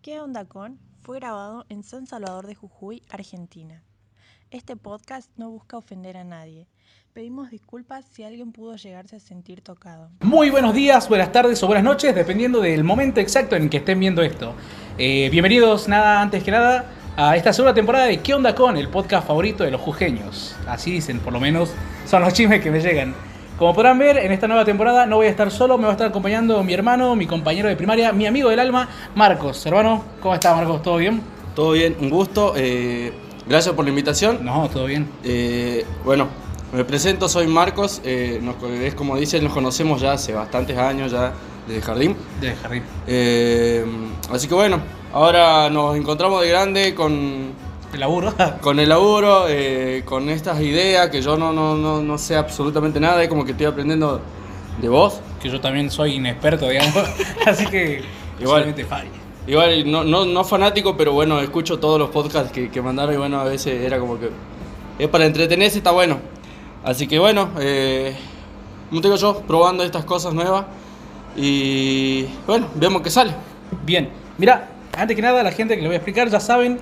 ¿Qué onda con? Fue grabado en San Salvador de Jujuy, Argentina. Este podcast no busca ofender a nadie. Pedimos disculpas si alguien pudo llegarse a sentir tocado. Muy buenos días, buenas tardes o buenas noches, dependiendo del momento exacto en que estén viendo esto. Bienvenidos, antes que nada, a esta segunda temporada de ¿Qué onda con? El podcast favorito de los jujeños. Así dicen, por lo menos, son los chismes que me llegan. Como podrán ver, en esta nueva temporada no voy a estar solo, me va a estar acompañando mi hermano, mi compañero de primaria, mi amigo del alma, Marcos. Hermano, ¿cómo estás, Marcos? ¿Todo bien? Todo bien, un gusto. Gracias por la invitación. No, todo bien. Bueno, me presento, soy Marcos. Es como dicen, nos conocemos ya hace bastantes años, ya desde jardín. Desde jardín. Así que bueno, ahora nos encontramos de grande con ¿El laburo? con el laburo, con estas ideas que yo no sé absolutamente nada. Es como que estoy aprendiendo de vos. Que yo también soy inexperto, digamos. Así que Igual. solamente fallo. Igual, no fanático, pero bueno, escucho todos los podcasts que mandaron y bueno, a veces era como que es para entretenerse, está bueno. Así que bueno, como te digo yo, probando estas cosas nuevas y bueno, vemos qué sale. Bien, mira, antes que nada, la gente que le voy a explicar, ya saben,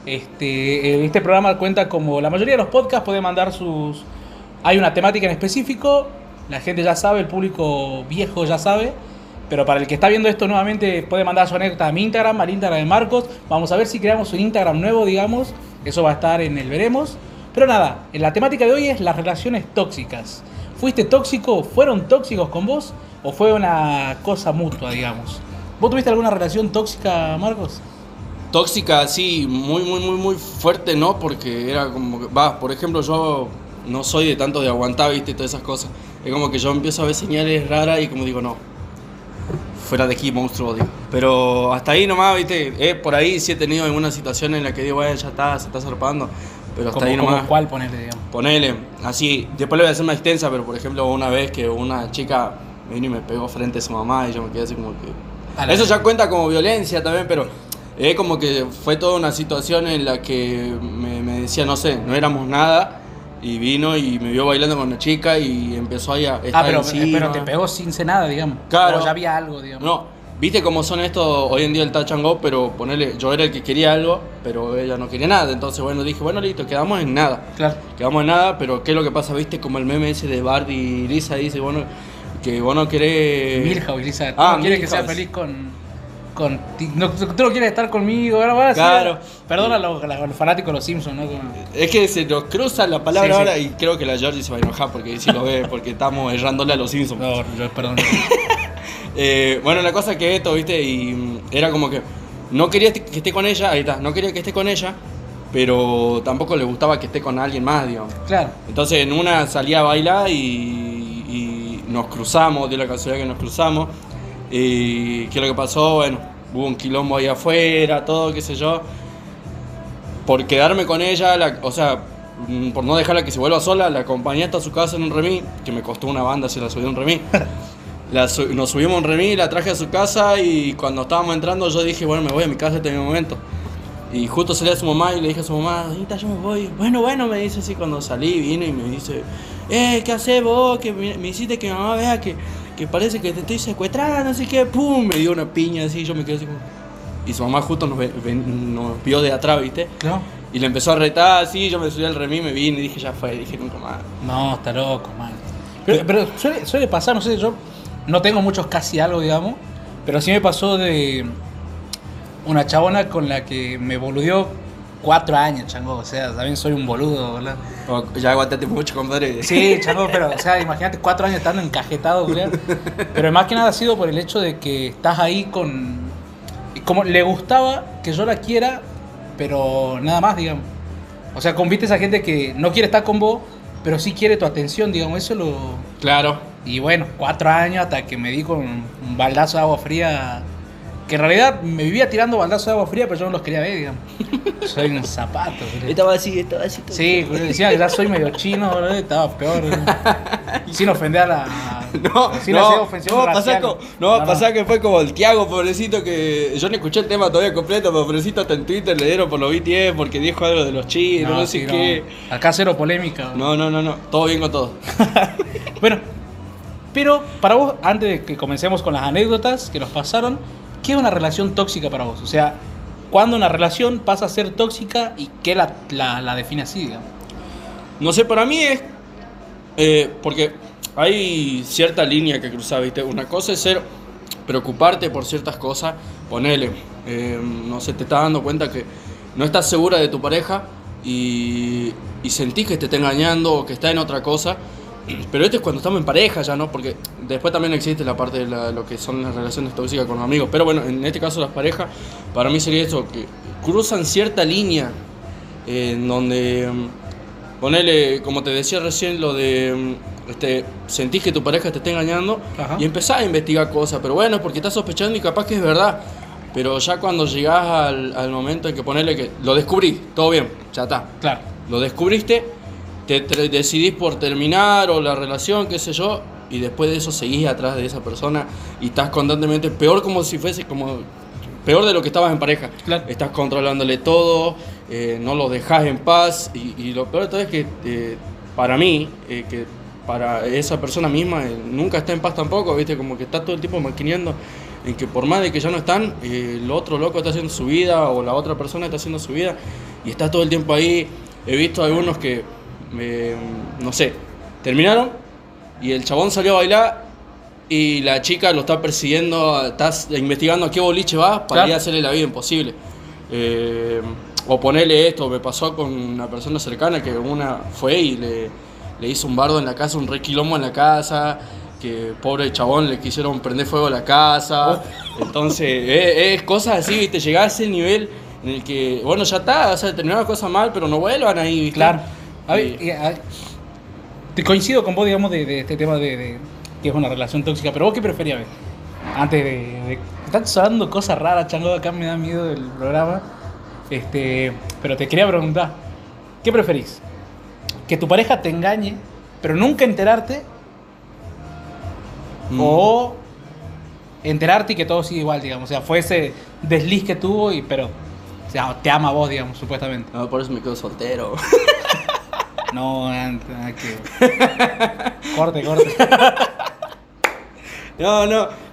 este programa cuenta como la mayoría de los podcasts, puede mandar sus... Hay una temática en específico, la gente ya sabe, el público viejo ya sabe, pero para el que está viendo esto nuevamente puede mandar su anécdota a mi Instagram, al Instagram de Marcos. Vamos a ver si creamos un Instagram nuevo, digamos, eso va a estar en el veremos. Pero nada, la temática de hoy es las relaciones tóxicas. ¿Fuiste tóxico? ¿Fueron tóxicos con vos? ¿O fue una cosa mutua, digamos? ¿Vos tuviste alguna relación tóxica, Marcos? Tóxica, sí, muy fuerte, ¿no? Porque era como que, por ejemplo, yo no soy de tanto de aguantar, viste, todas esas cosas. Es como que yo empiezo a ver señales raras y como digo, no, fuera de aquí, monstruo, digo. Pero hasta ahí nomás, viste, por ahí sí he tenido alguna situación en la que digo, bueno, ya está, se está zarpando. Pero hasta ahí nomás. ¿Cuál ponerle, digamos? Ponele, así, después le voy a hacer más extensa, pero por ejemplo, una vez que una chica vino y me pegó frente a su mamá y yo me quedé así como que... Eso ya cuenta como violencia también, pero es como que fue toda una situación en la que me decía, no sé, no éramos nada. Y vino y me vio bailando con una chica y empezó ahí a estar pero encima. te pegó sin ser nada, digamos. Claro. O ya había algo, digamos. No, viste cómo son estos hoy en día el touch and go, pero ponele, yo era el que quería algo, pero ella no quería nada. Entonces, bueno, dije, bueno, listo, quedamos en nada. Claro. Quedamos en nada, pero ¿qué es lo que pasa? Viste como el meme ese de Bart y Lisa dice, bueno, que vos no querés... Milhouse, Lisa, tú Ah, no quieres que sea Milhouse. feliz no, tú no quieres estar conmigo, ahora sí, Claro. Perdona a los fanáticos de los Simpsons, ¿no? Es que se nos cruza la palabra Sí, sí. ahora y creo que la Georgie se va a enojar porque si lo ve, porque estamos errándole a los Simpsons. No, yo perdón. Bueno, la cosa que esto, viste, y era como que no quería que esté con ella, ahí está, no quería que esté con ella, pero tampoco le gustaba que esté con alguien más, digamos. Claro. Entonces en una salía a bailar y nos cruzamos, dio la casualidad que nos cruzamos. Y ¿qué es lo que pasó? Bueno, hubo un quilombo ahí afuera, todo, qué sé yo. Por quedarme con ella, o sea, por no dejarla que se vuelva sola, la acompañé hasta su casa en un remis, que me costó una banda si la subí a un remis. Nos subimos a un remis, la traje a su casa y cuando estábamos entrando yo dije, bueno, me voy a mi casa este momento. Y justo salí a su mamá y le dije a su mamá, ahorita yo me voy. Bueno, me dice así cuando salí, vino y me dice, ¿qué haces vos? Que me hiciste que mi mamá vea que parece que te estoy secuestrando, así que pum, me dio una piña así, yo me quedé así como... Y su mamá justo nos vio de atrás, ¿viste? ¿No? Y le empezó a retar así, yo me subí al remis, me vine y dije, ya fue, dije nunca más. No, está loco, man. Pero suele pasar, no sé, yo no tengo muchos casi algo, digamos, pero sí me pasó de una chabona con la que me boludeó 4 años, chango, o sea, también soy un boludo, ¿verdad? Ya aguantaste mucho, compadre. Sí, chango, pero, o sea, imagínate 4 años estando encajetado, ¿verdad? Pero más que nada ha sido por el hecho de que estás ahí con... Como le gustaba que yo la quiera, pero nada más, digamos. O sea, conviste a esa gente que no quiere estar con vos, pero sí quiere tu atención, digamos, eso lo... Claro. Y bueno, 4 años hasta que me di con un baldazo de agua fría, que en realidad me vivía tirando baldazos de agua fría, pero yo no los quería ver, digamos. Soy un zapato, boludo. Estaba así. Sí, decía que ya soy medio chino, boludo, estaba peor, boludo. Sin ofender a la... sin hacer ofensión racial. Va a pasar que fue como el Tiago, pobrecito, que yo no escuché el tema todavía completo, pero pobrecito hasta en Twitter le dieron por los BTS porque dijo algo de los chinos, no sé sí, qué. No. Acá cero polémica. No, todo bien con todo. Bueno, pero para vos, antes de que comencemos con las anécdotas que nos pasaron, ¿qué es una relación tóxica para vos? O sea, cuándo una relación pasa a ser tóxica y qué la define así, digamos. No sé, para mí es... porque hay cierta línea que cruzar, ¿viste? Una cosa es preocuparte por ciertas cosas, ponele, no sé, te estás dando cuenta que no estás segura de tu pareja y sentís que te está engañando o que está en otra cosa, pero esto es cuando estamos en pareja ya, ¿no? Porque después también existe la parte de lo que son las relaciones tóxicas con los amigos, pero bueno, en este caso las parejas, para mí sería esto, que cruzan cierta línea en donde, ponele, como te decía recién, lo de... sentís que tu pareja te está engañando. Ajá. Y empezás a investigar cosas, pero bueno, es porque estás sospechando y capaz que es verdad. Pero ya cuando llegás al momento en que ponerle que lo descubrís, todo bien, ya está. Claro. Lo descubriste, te decidís por terminar o la relación, qué sé yo, y después de eso seguís atrás de esa persona y estás constantemente peor como si fuese peor de lo que estabas en pareja. Claro. Estás controlándole todo, no lo dejás en paz y lo peor de todo es que para mí, que para esa persona misma nunca está en paz tampoco, ¿viste? Como que está todo el tiempo maquineando en que por más de que ya no están, el otro loco está haciendo su vida o la otra persona está haciendo su vida y está todo el tiempo ahí. He visto algunos que, no sé, terminaron y el chabón salió a bailar y la chica lo está persiguiendo, está investigando a qué boliche va para ir a hacerle la vida imposible. O ponerle esto, me pasó con una persona cercana que una fue y le hizo un bardo en la casa, un re quilombo en la casa, que pobre chabón le quisieron prender fuego a la casa. Entonces, es cosas así, ¿viste? Llegás a ese nivel en el que, bueno, ya está, o sea, terminaron las cosas mal, pero no vuelvan ahí, ¿viste? Claro. A ver, te coincido con vos, digamos, de este tema de que es una relación tóxica, pero vos qué preferías ver? Antes de están sonando cosas raras, chango, acá me da miedo del programa. Pero te quería preguntar, ¿qué preferís? ¿Que tu pareja te engañe, pero nunca enterarte? ¿O enterarte y que todo sigue igual, digamos? O sea, fue ese desliz que tuvo, pero o sea, te ama a vos, digamos, supuestamente. No, por eso me quedo soltero. No, nada que... Corte. No.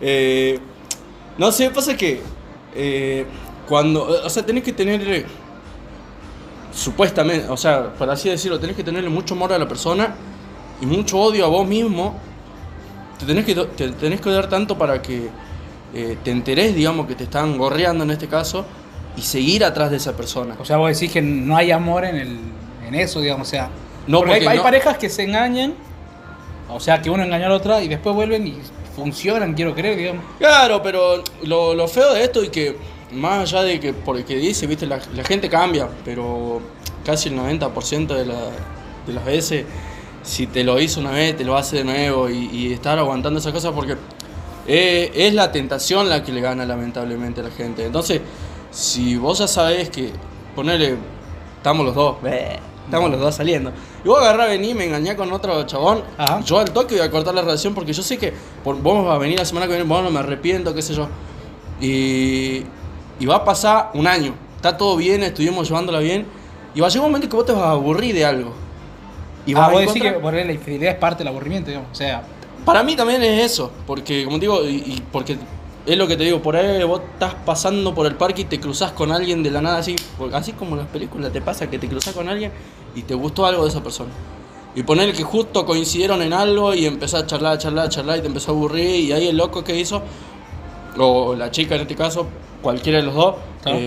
No sé, pasa que cuando... O sea, tenés que tener... Supuestamente, o sea, por así decirlo, tenés que tenerle mucho amor a la persona y mucho odio a vos mismo. Te tenés que odiar tanto para que te enterés, digamos, que te están gorreando en este caso y seguir atrás de esa persona. O sea, vos decís que no hay amor en eso, digamos, o sea... No, porque hay parejas que se engañan, o sea, que uno engaña a la otra y después vuelven y funcionan, quiero creer, digamos. Claro, pero lo feo de esto y que, más allá de que, por el que dice, viste, la gente cambia, pero casi el 90% de las veces, si te lo hizo una vez, te lo hace de nuevo y estar aguantando esas cosas porque es la tentación la que le gana lamentablemente a la gente. Entonces, si vos ya sabés que, ponele, estamos los dos saliendo, y vos agarrás, venís, me engañás con otro chabón, ajá, yo al toque voy a cortar la relación porque yo sé que vos vas a venir la semana que viene, vos no me arrepiento, qué sé yo. Y va a pasar un año, está todo bien, estuvimos llevándola bien, y va a llegar un momento que vos te vas a aburrir de algo. Y vos decís que por la infidelidad es parte del aburrimiento, digamos, o sea... Para mí también es eso, porque como te digo, y porque es lo que te digo, por ahí vos estás pasando por el parque y te cruzás con alguien de la nada, así como en las películas te pasa que te cruzás con alguien y te gustó algo de esa persona. Y poner que justo coincidieron en algo y empezás a charlar y te empezó a aburrir y ahí el loco que hizo, o la chica en este caso, cualquiera de los dos,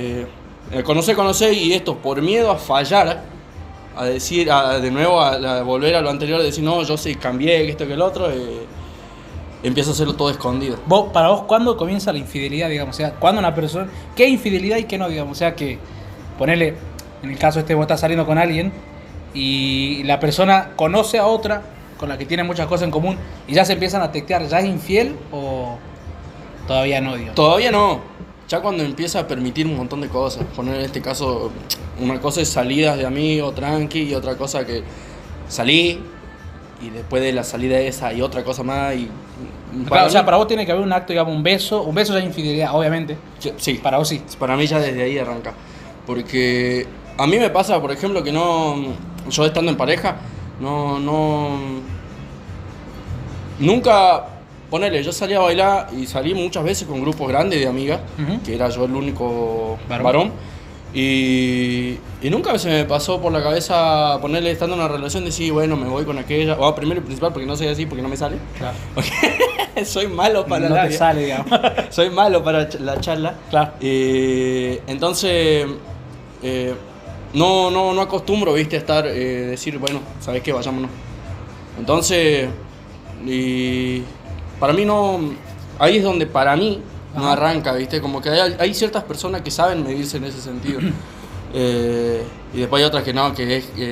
conoce y esto por miedo a fallar, a decir, de nuevo a volver a lo anterior, a decir no, yo sí cambié, que esto que el otro, empieza a hacerlo todo escondido. Para vos, ¿cuándo comienza la infidelidad, digamos? O sea, ¿cuándo una persona, qué infidelidad y qué no, digamos? O sea, que ponele, en el caso vos estás saliendo con alguien y la persona conoce a otra con la que tiene muchas cosas en común y ya se empiezan a textear, ¿ya es infiel o todavía no, digamos? Todavía no. Ya cuando empieza a permitir un montón de cosas. Poner en este caso, una cosa es salidas de amigos, tranqui, y otra cosa que salí y después de la salida esa hay otra cosa más y... Claro, o sea, para vos tiene que haber un acto, digamos, un beso ya es infidelidad, obviamente. Sí. Para vos sí. Para mí ya desde ahí arranca. Porque a mí me pasa, por ejemplo, que yo estando en pareja, nunca ponele, yo salía a bailar y salí muchas veces con grupos grandes de amigas, Ujú. que era yo el único Varón. varón. Y nunca se me pasó por la cabeza ponerle, estando en una relación, decir, bueno, me voy con aquella. O primero y principal, porque no soy así, porque no me sale. Claro. Porque soy malo para No la te labia. sale, digamos. Soy malo para la charla. Claro. Entonces, no acostumbro, viste, a estar, decir, bueno, ¿sabes qué? Vayámonos. Entonces, para mí no. Ahí es donde para mí no Ajá. arranca, viste. Como que hay ciertas personas que saben medirse en ese sentido. Y después hay otras que no, que es.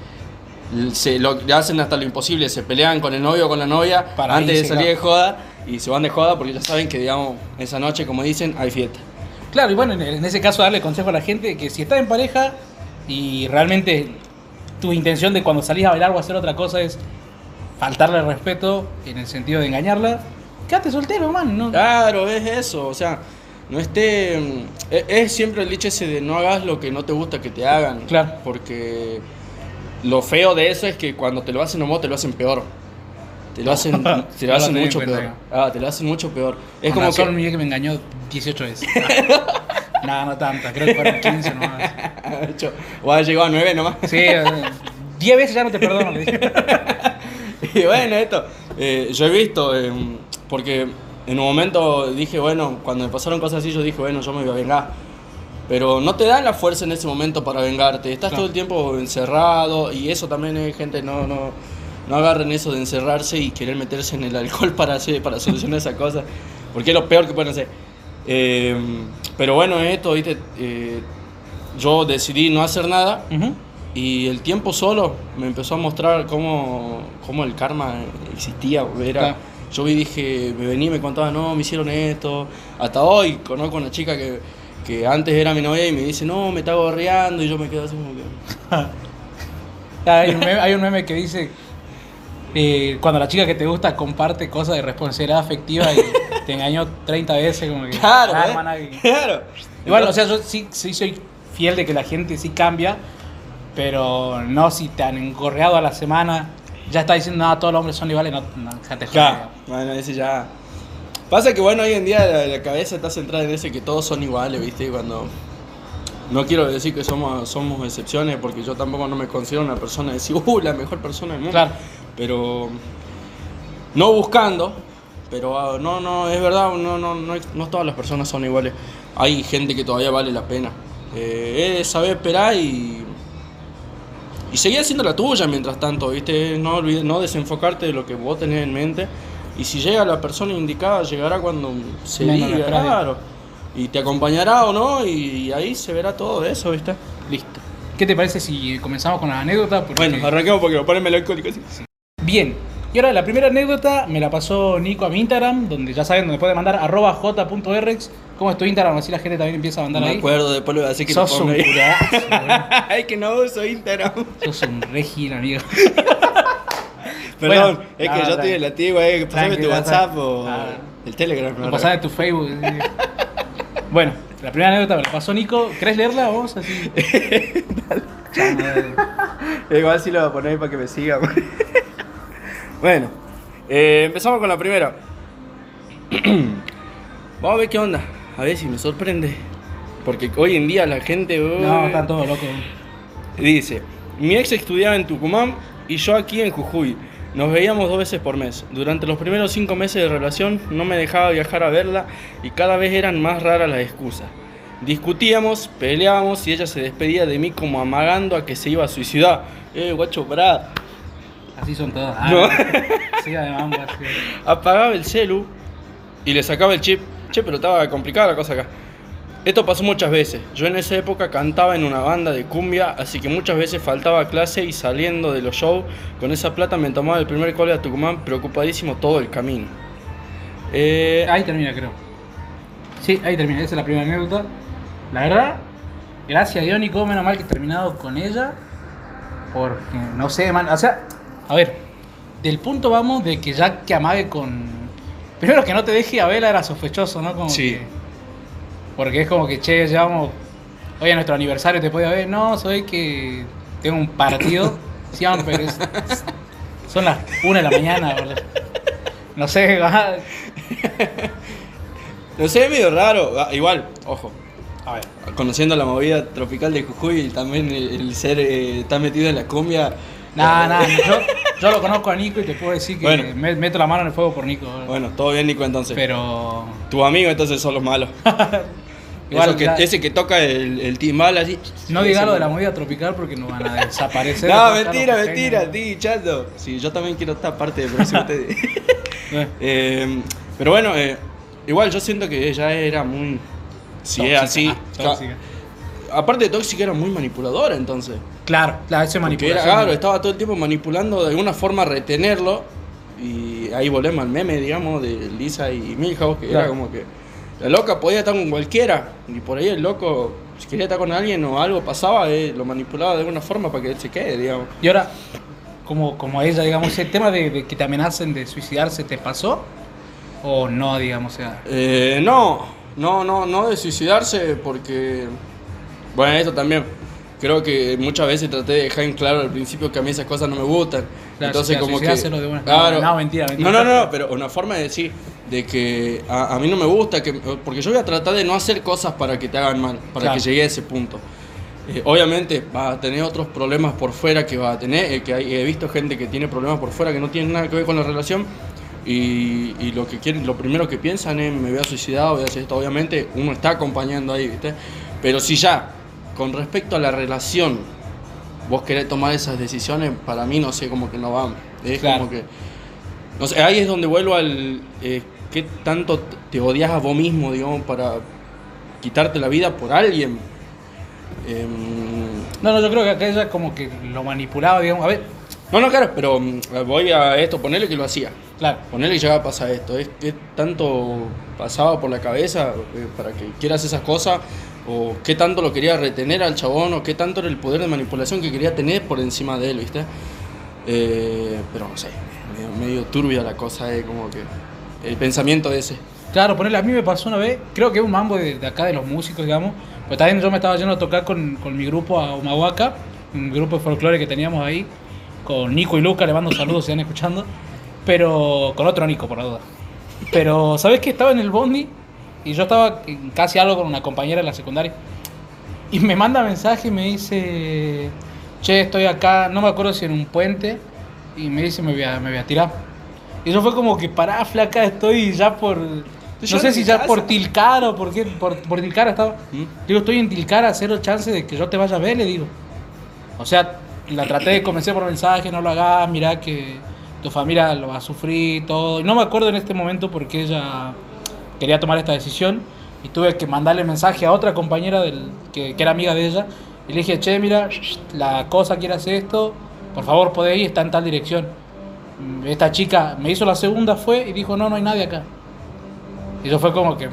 Le hacen hasta lo imposible, se pelean con el novio o con la novia Para antes de irse, salir claro. de joda y se van de joda porque ya saben que, digamos, esa noche, como dicen, hay fiesta. Claro, y bueno, en ese caso darle consejo a la gente que si estás en pareja y realmente tu intención de cuando salís a bailar o a hacer otra cosa es faltarle el respeto en el sentido de engañarla, quédate soltero, man. ¿No? Claro, es eso, o sea, no esté. Es siempre el dicho ese de no hagas lo que no te gusta que te hagan. Claro. Porque lo feo de eso es que cuando te lo hacen a vos, te lo hacen peor. Te lo hacen, te No lo lo hacen tenía en mucho cuenta, peor. Te lo hacen mucho peor. Es Con como razón, que. Miguel que me engañó 18 veces. Nada, no tantas, creo que fueron 15 nomás. Vos has llegado a 9 nomás. Sí, 10 veces ya no te perdono, le dije. Y bueno, esto, yo he visto, porque en un momento dije, bueno, cuando me pasaron cosas así, yo dije, bueno, yo me voy a vengar. Pero no te dan la fuerza en ese momento para vengarte. Estás Claro. todo el tiempo encerrado y eso también es, gente, no agarren eso de encerrarse y querer meterse en el alcohol para solucionar esa cosa. Porque es lo peor que pueden hacer. Pero bueno, esto, ¿viste? Yo decidí no hacer nada. Ujú. Y el tiempo solo me empezó a mostrar cómo el karma existía. Claro. Yo vi, dije, me venía y me contaba, no, me hicieron esto. Hasta hoy conozco a una chica que antes era mi novia y me dice, no, me está gorreando. Y yo me quedo así como que. Hay un meme que dice cuando la chica que te gusta comparte cosas de responsabilidad afectiva y te engañó 30 veces, como que. Claro, hermana, claro. Igual, o sea, yo sí soy fiel de que la gente sí cambia, pero no si te han engorreado a la semana, ya está diciendo, no, todos los hombres son iguales, no, déjate joder. Claro, bueno, ese ya. Pasa que bueno, hoy en día la cabeza está centrada en ese que todos son iguales, ¿viste? Cuando. No quiero decir que somos excepciones, porque yo tampoco no me considero una persona de decir, la mejor persona del mundo. Claro. Pero. No buscando, pero no, es verdad, no todas las personas son iguales. Hay gente que todavía vale la pena. Es saber esperar y seguir haciendo la tuya mientras tanto, ¿viste? No desenfocarte de lo que vos tenés en mente. Y si llega la persona indicada, llegará cuando se Menos lo diga, esperás. claro. Y te acompañará o no, y ahí se verá todo eso, ¿viste? Listo. ¿Qué te parece si comenzamos con las anécdotas? Porque- Bueno, arranquemos porque lo ponen melancólico así. Bien. Y ahora la primera anécdota me la pasó Nico a mi Instagram, donde ya saben, donde puede mandar @j.rex. ¿Cómo es tu Instagram? Así la gente también empieza a No mandar me ahí. acuerdo, después lo voy a decir que lo Sos pongo un ahí. curazo, boludo. Ay, que no uso Instagram. Sos un regil, amigo. Perdón, Bueno, es no, que yo estoy tranqui. en la antigua, pasame tu Tranqui, WhatsApp o ah. el Telegram. Lo pasás de tu Facebook. Bueno, la primera anécdota me la pasó Nico. ¿Querés leerla vos? Así. Chamo, Igual sí lo voy a poner ahí para que me siga. Bueno, empezamos con la primera. Vamos a ver qué onda. A ver si me sorprende. Porque hoy en día la gente... No, están todos locos. Dice, mi ex estudiaba en Tucumán y yo aquí en Jujuy. Nos veíamos 2 veces por mes. Durante los primeros 5 meses de relación no me dejaba viajar a verla y cada vez eran más raras las excusas. Discutíamos, peleábamos y ella se despedía de mí como amagando a que se iba a suicidar. Guacho, pará. Así son todos. No. Sí, además, así. Apagaba el celu y le sacaba el chip. Che, pero estaba complicada la cosa acá. Esto pasó muchas veces. Yo en esa época cantaba en una banda de cumbia, así que muchas veces faltaba a clase y saliendo de los shows, con esa plata me tomaba el primer cole a Tucumán, preocupadísimo todo el camino. Ahí termina, creo. Sí, ahí termina. Esa es la primera anécdota. La verdad, gracias a Dios, Nico, menos mal que he terminado con ella. Porque, no sé, man. O sea, a ver, del punto vamos de que ya que amague con. Primero que no te deje a vela era sospechoso, ¿no? Como Sí. que- porque es como que, che, llevamos. Hoy a nuestro aniversario te podía ver. No, soy que tengo un partido. Sí, pero son las 1 de la mañana, boludo. No sé, No sé, es medio raro. Igual, ojo, a ver. conociendo la movida tropical de Jujuy y también el ser tan metido en la cumbia. Nah, yo lo conozco a Nico y te puedo decir que Bueno. meto la mano en el fuego por Nico. Bueno, todo bien, Nico, entonces. Pero... Tus amigos entonces son los malos. Igual, Ese que toca el timbal así. no digas lo de la movida tropical porque nos van a desaparecer. No, de todos mentira, los mentira, porteños. sí, chato. Sí, yo también quiero estar parte de próximo ustedes. Eh, Pero bueno, igual yo siento que ella era muy. Si es tóxica, así. tóxica. Aparte de tóxica, era muy manipuladora entonces. Claro, ese Porque era, manipulación. claro, estaba todo el tiempo manipulando de alguna forma a retenerlo. Y ahí volvemos al meme, digamos, de Lisa y Milhouse, que Claro. era como que la loca podía estar con cualquiera. Y por ahí el loco, si quería estar con alguien o algo pasaba, lo manipulaba de alguna forma para que él se quede, digamos. Y ahora, como ella, digamos, ese tema de que te amenacen de suicidarse, ¿te pasó? ¿O no, digamos? O sea, No de suicidarse porque, bueno, esto también, creo que muchas veces traté de dejar en claro al principio que a mí esas cosas no me gustan. claro, Entonces si como que, suicidárselo de una... claro, No, mentira. no, pero una forma de decir de que a mí no me gusta, porque yo voy a tratar de no hacer cosas para que te hagan mal, para Claro. que llegue a ese punto. Obviamente va a tener otros problemas por fuera que va a tener, he visto gente que tiene problemas por fuera que no tienen nada que ver con la relación y lo que quieren, lo primero que piensan es me voy a suicidar, voy a hacer esto. Obviamente uno está acompañando ahí, ¿viste? Pero si ya, con respecto a la relación, vos querés tomar esas decisiones, para mí no sé, como que no van. Es Claro. como que, no sé, ahí es donde vuelvo al qué tanto te odias a vos mismo, digamos, para quitarte la vida por alguien. No, yo creo que acá ella como que lo manipulaba, digamos. A ver, No, claro, pero voy a esto, ponerle que lo hacía. claro. Ponerle que llegaba a pasar esto. ¿Qué tanto pasaba por la cabeza para que quieras esas cosas? ¿O qué tanto lo quería retener al chabón? ¿O qué tanto era el poder de manipulación que quería tener por encima de él, viste? Pero no sé, medio turbia la cosa, como que el pensamiento de ese. Claro, ponerle, a mí me pasó una vez, creo que es un mambo de acá de los músicos, digamos, pero también yo me estaba yendo a tocar con mi grupo a Humahuaca, un grupo de folclore que teníamos ahí, con Nico y Luca, le mando saludos si están escuchando, pero con otro Nico, por la duda. Pero, ¿sabes qué? Estaba en el bondi y yo estaba casi algo con una compañera de la secundaria y me manda mensaje y me dice, che, estoy acá, no me acuerdo si en un puente, y me dice, me voy a tirar. Y eso fue como que, pará, flaca, estoy ya por... No sé si ya por Tilcara o por qué, por Tilcara estaba. Digo, estoy en Tilcara, cero chance de que yo te vaya a ver, le digo. O sea, la traté de convencer por mensaje, no lo hagas, mirá que tu familia lo va a sufrir, todo. Y no me acuerdo en este momento por qué ella quería tomar esta decisión. Y tuve que mandarle mensaje a otra compañera que era amiga de ella. Y le dije, che, mira, la cosa quiere hacer esto, por favor podés ir, está en tal dirección. Esta chica me hizo la segunda, fue y dijo, no hay nadie acá. Y eso fue como que,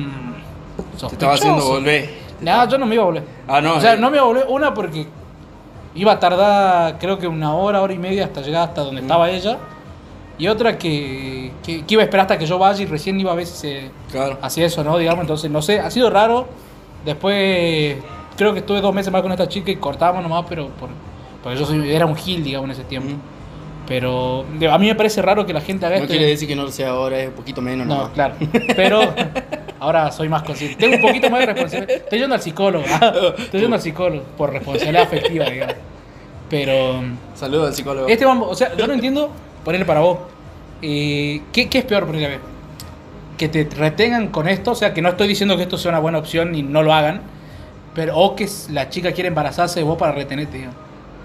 Te estaba haciendo volver. Nada, yo no me iba a volver. Ah, no. O sea, no me iba a volver, una porque iba a tardar creo que una hora y media hasta llegar hasta donde estaba ella. Y otra que iba a esperar hasta que yo vaya y recién iba a ver si se Claro. hacía eso, ¿no? Digamos, entonces, no sé, ha sido raro. Después, creo que estuve 2 meses más con esta chica y cortábamos nomás, pero porque era un gil, digamos, en ese tiempo. Pero a mí me parece raro que la gente haga No esto. quiere decir que no lo sea ahora, es un poquito menos, No, nomás. claro. Pero ahora soy más consciente. Tengo un poquito más de responsabilidad. Estoy yendo al psicólogo. Estoy yendo al psicólogo por responsabilidad afectiva, digamos. Pero Saludos al psicólogo. este mambo, o sea, yo no entiendo ponerle para vos. ¿Qué es peor ponerle a ver? Que te retengan con esto, o sea, que no estoy diciendo que esto sea una buena opción y no lo hagan, pero o que la chica quiere embarazarse de vos para retenerte, digamos.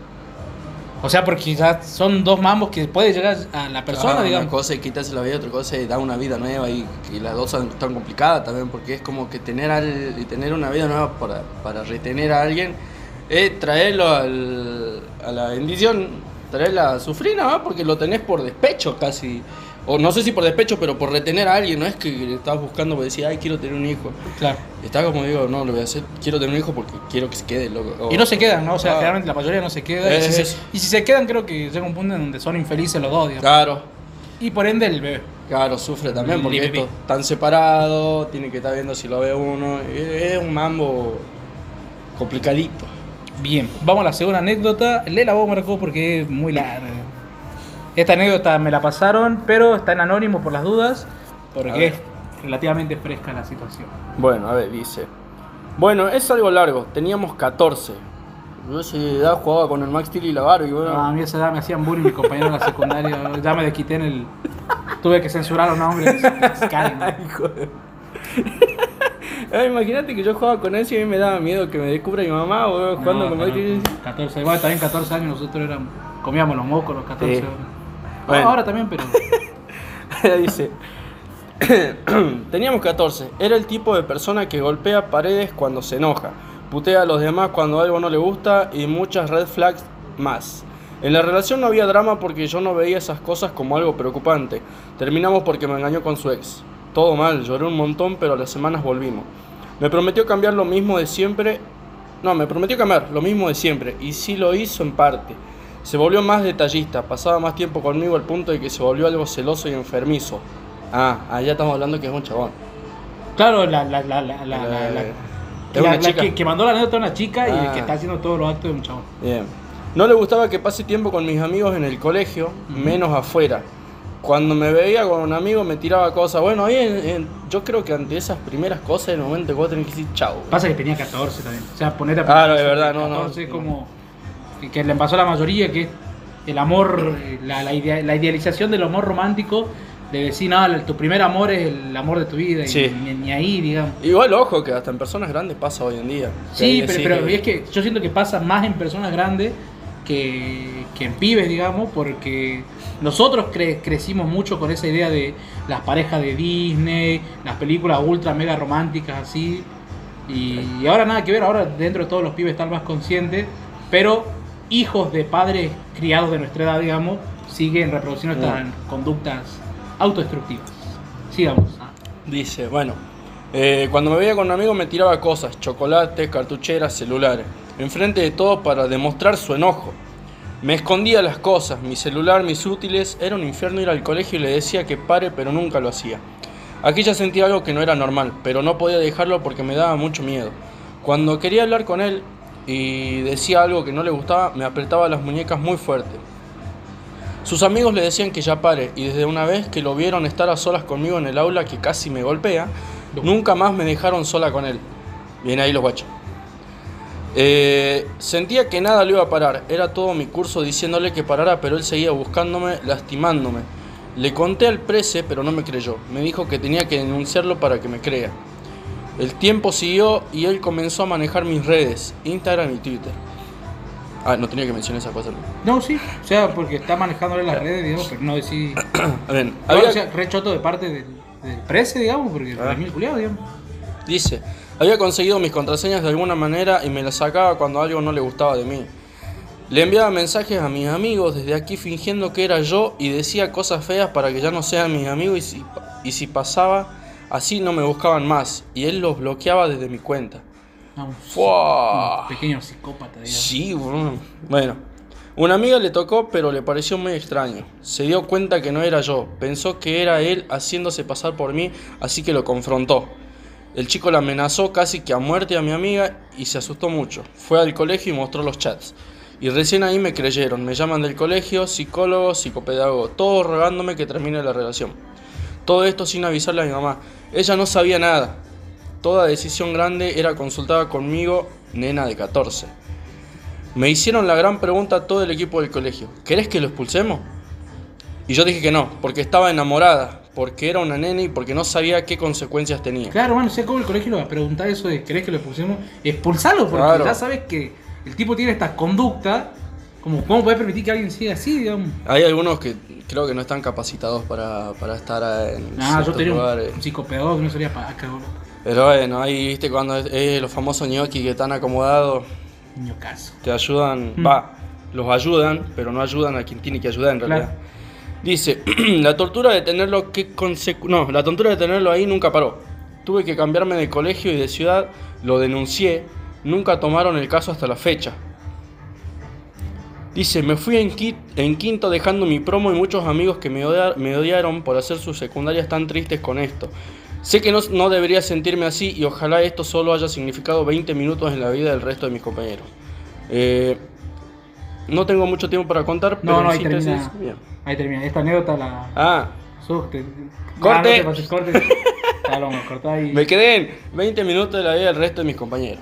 O sea, porque ya son 2 mambos que puede llegar a la persona, digamos. Una cosa es quitarse la vida, otra cosa es dar una vida nueva y las dos son tan complicadas también porque es como que tener una vida nueva para retener a alguien es traerlo a la bendición, traerlo a sufrir nada más porque lo tenés por despecho casi. O no sé si por despecho, pero por retener a alguien, no es que estás buscando porque decís, ay, quiero tener un hijo. Claro. Está como digo, no, lo voy a hacer, quiero tener un hijo porque quiero que se quede, loco. Y no se quedan, ¿no? O sea, Ah. generalmente la mayoría no se queda. Y si se quedan, creo que llega un punto en donde son infelices los dos, digamos. Claro. Y por ende el bebé. Claro, sufre también porque Lipi. estos están separados, tiene que estar viendo si lo ve uno. Es un mambo complicadito. Bien, vamos a la segunda anécdota. Léela vos, Marco, porque es muy larga. Esta anécdota me la pasaron, pero está en anónimo por las dudas, A porque ver. es relativamente fresca la situación. Bueno, a ver, dice. Bueno, es algo largo, teníamos 14. Yo a esa edad jugaba con el Max Steel y la Barbie, bueno. No, a mí a esa edad me hacían bullying mis compañeros de la secundaria. Ya me desquité en el. Tuve que censurar los nombres. Hijo de... Imagínate que yo jugaba con él y a mí me daba miedo que me descubra mi mamá o jugando con Max Steel. 14, igual también 14 años nosotros éramos. Comíamos los mocos los 14. Sí. No, Bueno. ahora también, pero. Dice. Teníamos 14. Era el tipo de persona que golpea paredes cuando se enoja, putea a los demás cuando algo no le gusta y muchas red flags más. En la relación no había drama porque yo no veía esas cosas como algo preocupante. Terminamos porque me engañó con su ex. Todo mal, lloré un montón, pero a las semanas volvimos. Me prometió cambiar lo mismo de siempre. No, me prometió cambiar lo mismo de siempre y sí lo hizo en parte. Se volvió más detallista, pasaba más tiempo conmigo al punto de que se volvió algo celoso y enfermizo. Allá estamos hablando que es un chabón. Claro, Es una chica. que mandó la anécdota a una chica y Ah. que está haciendo todos los actos de un chabón. Bien. No le gustaba que pase tiempo con mis amigos en el colegio, menos afuera. Cuando me veía con un amigo me tiraba cosas. Bueno, ahí yo creo que ante esas primeras cosas, en el momento que vos tenés que decir chau. Pasa que tenía 14 también. O sea, ponete a Claro, pensar, es verdad, no, 14 no. es como. Que le pasó a la mayoría, que es el amor, la idealización del amor romántico. De decir, no, tu primer amor es el amor de tu vida. Sí. Y ni ahí, digamos. Igual, ojo, que hasta en personas grandes pasa hoy en día. Que Sí, ahí pero decís es que yo siento que pasa más en personas grandes que en pibes, digamos, porque nosotros crecimos mucho con esa idea de las parejas de Disney, las películas ultra mega románticas así, y ahora nada que ver, ahora dentro de todos los pibes están más conscientes, pero hijos de padres criados de nuestra edad, digamos, siguen reproduciendo estas conductas autodestructivas. Sigamos. Dice, bueno, cuando me veía con un amigo me tiraba cosas, chocolates, cartucheras, celulares, enfrente de todo para demostrar su enojo. Me escondía las cosas, mi celular, mis útiles, era un infierno ir al colegio y le decía que pare, pero nunca lo hacía. Aquí ya sentía algo que no era normal, pero no podía dejarlo porque me daba mucho miedo. Cuando quería hablar con él y decía algo que no le gustaba, me apretaba las muñecas muy fuerte. Sus amigos le decían que ya pare, y desde una vez que lo vieron estar a solas conmigo en el aula, que casi me golpea, nunca más me dejaron sola con él. Bien ahí los guachos. Sentía que nada lo iba a parar, era todo mi curso diciéndole que parara, pero él seguía buscándome, lastimándome. Le conté al prese, pero no me creyó. Me dijo que tenía que denunciarlo para que me crea. El tiempo siguió y él comenzó a manejar mis redes, Instagram y Twitter. No tenía que mencionar esa cosa. No, sí, o sea, porque está manejándole las redes, digamos, pero no decir. Bien, O sea, re choto de parte del prese, digamos, porque es mil culiado, digamos. Dice, había conseguido mis contraseñas de alguna manera y me las sacaba cuando algo no le gustaba de mí. Le enviaba mensajes a mis amigos desde aquí fingiendo que era yo y decía cosas feas para que ya no sean mis amigos y si pasaba así no me buscaban más y él los bloqueaba desde mi cuenta. No, ¡Fua! un pequeño psicópata, digamos. Sí, bueno. Una amiga le tocó, pero le pareció muy extraño. Se dio cuenta que no era yo. Pensó que era él haciéndose pasar por mí, así que lo confrontó. El chico la amenazó casi que a muerte a mi amiga y se asustó mucho. Fue al colegio y mostró los chats. Y recién ahí me creyeron. Me llaman del colegio, psicólogo, psicopedagogo, todos rogándome que termine la relación. Todo esto sin avisarle a mi mamá. Ella no sabía nada. Toda decisión grande era consultada conmigo, nena de 14. Me hicieron la gran pregunta a todo el equipo del colegio. ¿Querés que lo expulsemos? Y yo dije que no, porque estaba enamorada, porque era una nena y porque no sabía qué consecuencias tenía. Claro, bueno, sé cómo el colegio le va a preguntar eso de ¿querés que lo expulsemos? Expulsalo, porque Claro. ya sabes que el tipo tiene esta conducta. Como, ¿cómo puedes permitir que alguien siga así, digamos? Hay algunos que creo que no están capacitados para estar en Yo ciertos tenía lugares. un psicopedagogo que no sería para acá, boludo. Pero bueno, ahí viste cuando es los famosos ñoquis que están acomodados, Niño caso. te ayudan, los ayudan, pero no ayudan a quien tiene que ayudar en realidad. Claro. Dice, la tortura de tenerlo la tortura de tenerlo ahí nunca paró. Tuve que cambiarme de colegio y de ciudad, lo denuncié, nunca tomaron el caso hasta la fecha. Dice, me fui en quinto dejando mi promo y muchos amigos que me odiaron por hacer sus secundarias tan tristes con esto. Sé que no debería sentirme así y ojalá esto solo haya significado 20 minutos en la vida del resto de mis compañeros. no tengo mucho tiempo para contar, pero No, en ahí síntesis, termina. bien. Ahí termina. Esta anécdota la. Ah, Corte. ¡Corte! No te pases, corte. Ya lo vamos a cortar y. me quedé en 20 minutos de la vida del resto de mis compañeros.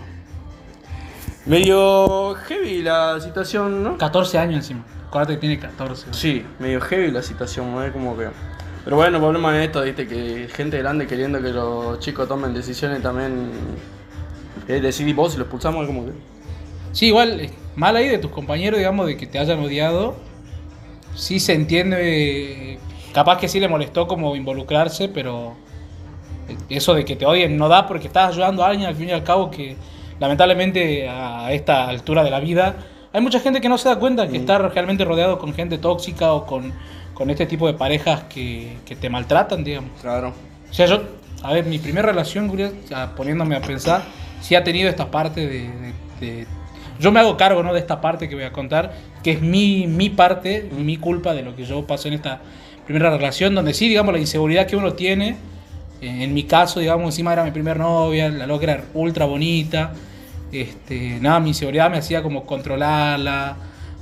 Medio heavy la situación, ¿no? 14 años encima. Acuérdate que tiene 14. Sí, medio heavy la situación, ¿no? Como que... Pero bueno, volvemos a esto, viste, que gente grande queriendo que los chicos tomen decisiones también. Decidí vos si lo expulsamos, como que... Sí, igual, mal ahí de tus compañeros, digamos, de que te hayan odiado. Sí se entiende. Capaz que sí le molestó como involucrarse, pero eso de que te odien no da porque estás ayudando a alguien al fin y al cabo que lamentablemente a esta altura de la vida hay mucha gente que no se da cuenta que está realmente rodeado con gente tóxica o con este tipo de parejas que te maltratan, digamos. Claro. O sea, a ver, mi primera relación, Guriel, ya poniéndome a pensar, sí ha tenido esta parte de yo me hago cargo, ¿no?, de esta parte que voy a contar, que es mi parte, mi culpa de lo que yo pasé en esta primera relación, donde sí, digamos, la inseguridad que uno tiene, en mi caso, digamos, encima era mi primer novia, la loca era ultra bonita, nada, mi inseguridad me hacía como controlarla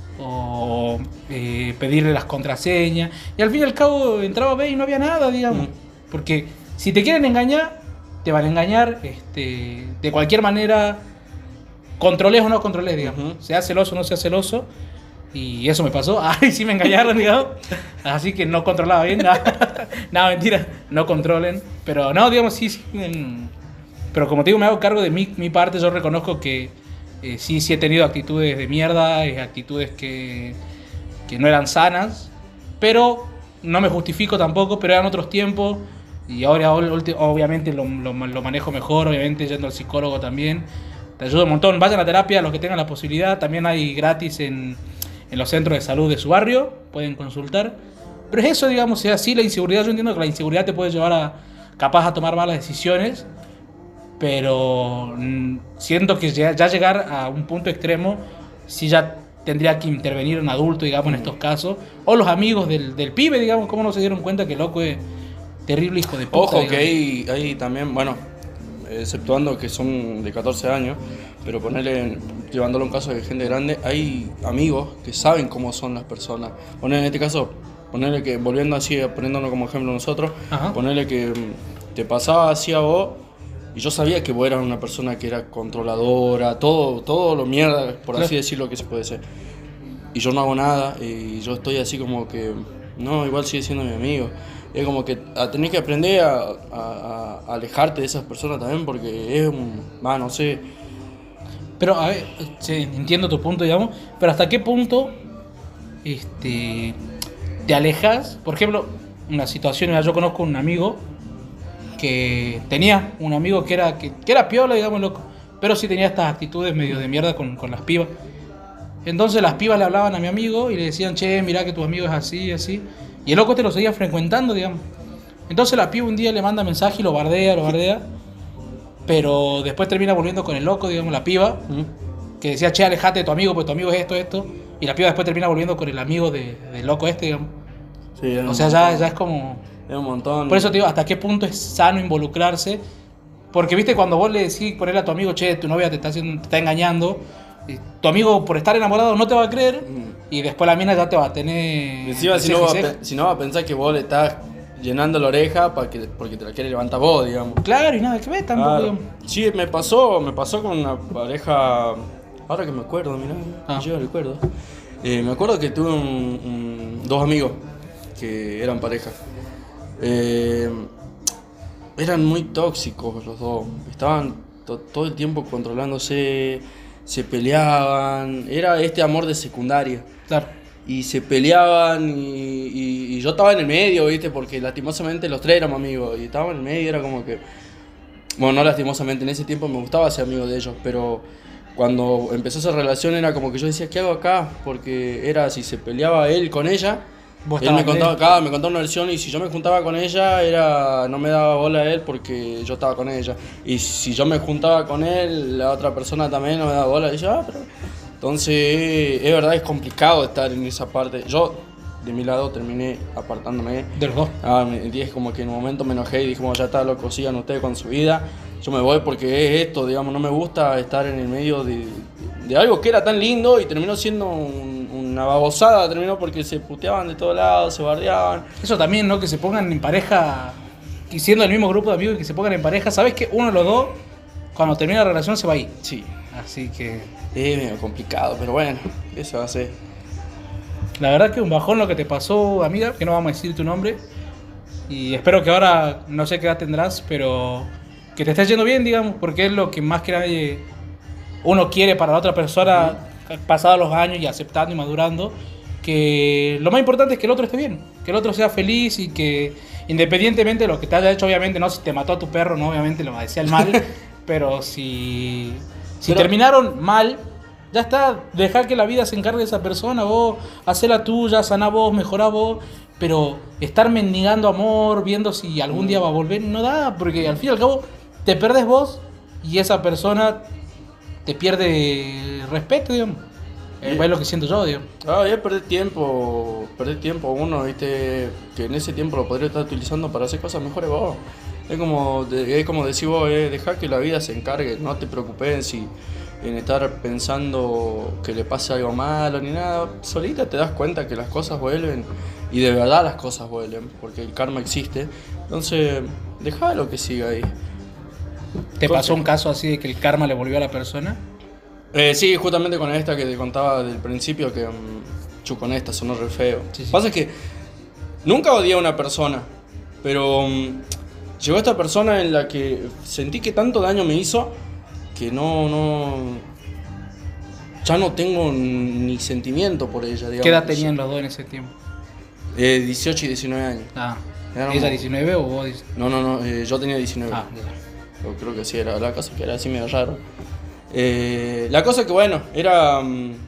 o pedirle las contraseñas, y al fin y al cabo entraba a ver y no había nada, digamos, porque si te quieren engañar, te van a engañar de cualquier manera, controles o no controles, digamos, sea celoso o no sea celoso. Y eso me pasó. Ay, sí me engañaron, digamos. Así que no controlaba bien. Nada, mentira. No controlen. Pero no, digamos, sí. Pero como te digo, me hago cargo de mi parte. Yo reconozco que sí he tenido actitudes de mierda, actitudes que no eran sanas. Pero no me justifico tampoco. Pero eran otros tiempos. Y ahora obviamente lo manejo mejor. Obviamente yendo al psicólogo también. Te ayuda un montón. Vayan a terapia los que tengan la posibilidad. También hay gratis en los centros de salud de su barrio, pueden consultar. Pero es eso, digamos, si es así la inseguridad. Yo entiendo que la inseguridad te puede llevar capaz a tomar malas decisiones, pero siento que ya llegar a un punto extremo, sí ya tendría que intervenir un adulto, digamos, en estos casos, o los amigos del pibe, digamos, cómo no se dieron cuenta que el loco es terrible hijo de puta. Ojo, digamos. que hay también, bueno, exceptuando que son de 14 años, pero llevándolo a un caso de gente grande, hay amigos que saben cómo son las personas. Ponerle en este caso, ponerle que, volviendo así, poniéndonos como ejemplo nosotros, ponerle que te pasaba así a vos, y yo sabía que vos eras una persona que era controladora, todo lo mierda, por así decirlo, que se puede ser. Y yo no hago nada, y yo estoy así como que, no, igual sigue siendo mi amigo. Es como que tenés que aprender a alejarte de esas personas también, porque es no sé. Pero, a ver, entiendo tu punto, digamos, pero ¿hasta qué punto te alejas? Por ejemplo, una situación, yo conozco un amigo que tenía un amigo que era piola, digamos, loco, pero sí tenía estas actitudes medio de mierda con las pibas. Entonces las pibas le hablaban a mi amigo y le decían, che, mirá que tu amigo es así, así. Y el loco lo seguía frecuentando, digamos. Entonces la piba un día le manda mensaje y lo bardea. Pero después termina volviendo con el loco, digamos, la piba. Que decía, che, alejate de tu amigo, porque tu amigo es esto. Y la piba después termina volviendo con el amigo del loco digamos. Sí, o sea, ya es como... Es un montón. Por eso te digo, ¿hasta qué punto es sano involucrarse? Porque, viste, cuando vos le decís, ponerle a tu amigo, che, tu novia te está engañando... Tu amigo por estar enamorado no te va a creer y después la mina ya te va a tener... Encima si no va a pensar que vos le estás llenando la oreja porque te la quiere levantar vos, digamos. Claro, y nada que ver tampoco, digamos. Sí, me pasó con una pareja, ahora que me acuerdo, mirá, yo recuerdo. Me acuerdo que tuve dos amigos que eran pareja. Eran muy tóxicos los dos, estaban todo el tiempo controlándose. Se peleaban, era este amor de secundaria. Claro. Y se peleaban y yo estaba en el medio, ¿viste? Porque lastimosamente los tres éramos amigos y estaba en el medio y era como que... Bueno, no lastimosamente, en ese tiempo me gustaba ser amigo de ellos, pero cuando empezó esa relación era como que yo decía, ¿qué hago acá? Porque era, si se peleaba él con ella, él me contaba una versión y si yo me juntaba con ella, no me daba bola a él porque yo estaba con ella. Y si yo me juntaba con él, la otra persona también no me daba bola. Y yo, pero... Entonces, es verdad, es complicado estar en esa parte. Yo, de mi lado, terminé apartándome. De los dos. Es como que en un momento me enojé y dije, bueno, ya está, loco, sigan ustedes con su vida. Yo me voy porque es esto, digamos, no me gusta estar en el medio de algo que era tan lindo y terminó siendo un una babosada, terminó porque se puteaban de todos lados, se bardeaban. Eso también, ¿no? Que se pongan en pareja, y siendo el mismo grupo de amigos, que se pongan en pareja. ¿Sabes que uno de los dos, cuando termina la relación, se va a ir? Sí, Así que es medio complicado, pero bueno, ¿qué se va a hacer? la verdad que un bajón lo que te pasó, amiga, que no vamos a decir tu nombre. Y espero que ahora, no sé qué edad tendrás, pero que te esté yendo bien, digamos, porque es lo que más que nadie uno quiere para la otra persona, pasados los años y aceptando y madurando. Que lo más importante es que el otro esté bien, que el otro sea feliz y que independientemente de lo que te haya hecho, obviamente, no, si te mató a tu perro, no, obviamente lo decía el mal, pero si Pero- terminaron mal, ya está, dejar que la vida se encargue de esa persona, vos hacé la tuya, saná vos, mejorá vos, pero estar mendigando amor, viendo si algún día va a volver, no da, porque al fin y al cabo te perdés vos y esa persona te pierde respeto, digamos. Es lo que siento yo, digamos. Ah, ya perder tiempo uno, viste, que en ese tiempo lo podría estar utilizando para hacer cosas mejores vos. Es como decís vos, dejar que la vida se encargue, no te preocupes en estar pensando que le pase algo malo ni nada. Solita te das cuenta que las cosas vuelven y de verdad las cosas vuelven, porque el karma existe. Entonces, dejalo que siga ahí. ¿Te pasó un caso así de que el karma le volvió a la persona? Sí, justamente con esta que te contaba del principio, que con esta sonó re feo. Sí. Pasa que nunca odié a una persona, pero llegó esta persona en la que sentí que tanto daño me hizo que ya no tengo ni sentimiento por ella, digamos. ¿Qué edad tenían los dos en ese tiempo? 18 y 19 años. Ah, Éramos- ¿ella 19 o vos? No, yo tenía 19. Ah, ya. Yo creo que sí, era la cosa que era así medio raro. La cosa que bueno, era...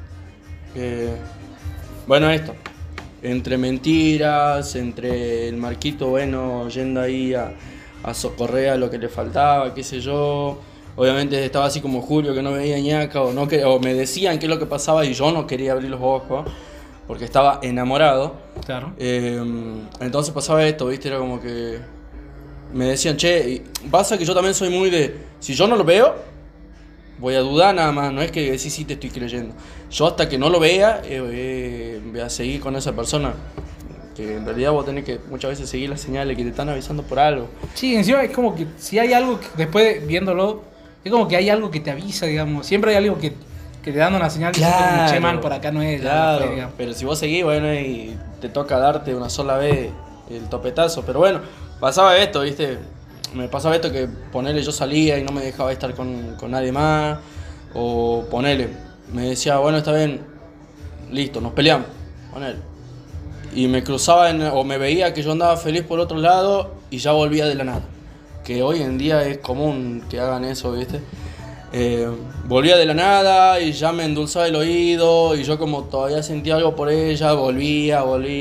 bueno, esto. Entre mentiras, entre el Marquito, bueno, yendo ahí a socorrer a lo que le faltaba, qué sé yo. Obviamente estaba así como Julio, que no veía ñaca, o me decían qué es lo que pasaba y yo no quería abrir los ojos, porque estaba enamorado. Claro. Entonces pasaba esto, ¿viste? Era como que me decían, che, y pasa que yo también soy muy de, si yo no lo veo, voy a dudar nada más, no es que sí, te estoy creyendo. Yo hasta que no lo vea, voy a seguir con esa persona. Que en realidad vos tenés que muchas veces seguir las señales que te están avisando por algo. Sí, encima es como que si hay algo que después viéndolo, es como que hay algo que te avisa, digamos. Siempre hay algo que te dan una señal que como, che, man, por acá no es. Claro, ya fue, digamos. pero si vos seguís, bueno, y te toca darte una sola vez el topetazo. Pero bueno, pasaba esto, ¿viste? Me pasaba esto que ponele, yo salía y no me dejaba estar con nadie más. O ponele, me decía, bueno, está bien, listo, nos peleamos, ponele. Y me cruzaba o me veía que yo andaba feliz por otro lado y ya volvía de la nada. Que hoy en día es común que hagan eso, ¿viste? Volvía de la nada y ya me endulzaba el oído y yo como todavía sentía algo por ella, volvía.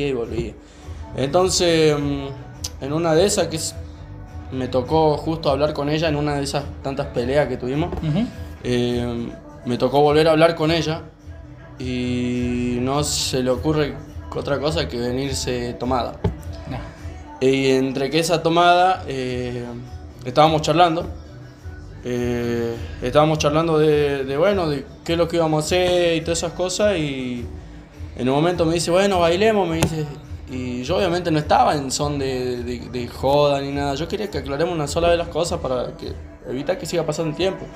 Entonces, en una de esas me tocó justo hablar con ella en una de esas tantas peleas que tuvimos. Ujú. Me tocó volver a hablar con ella y no se le ocurre otra cosa que venirse tomada. Nah. Y entre que esa tomada estábamos charlando. Estábamos charlando de bueno, de qué es lo que íbamos a hacer y todas esas cosas. Y en un momento me dice, bueno, bailemos, me dice. Y yo obviamente no estaba en son de joda ni nada. Yo quería que aclaremos una sola vez las cosas para evitar que siga pasando el tiempo.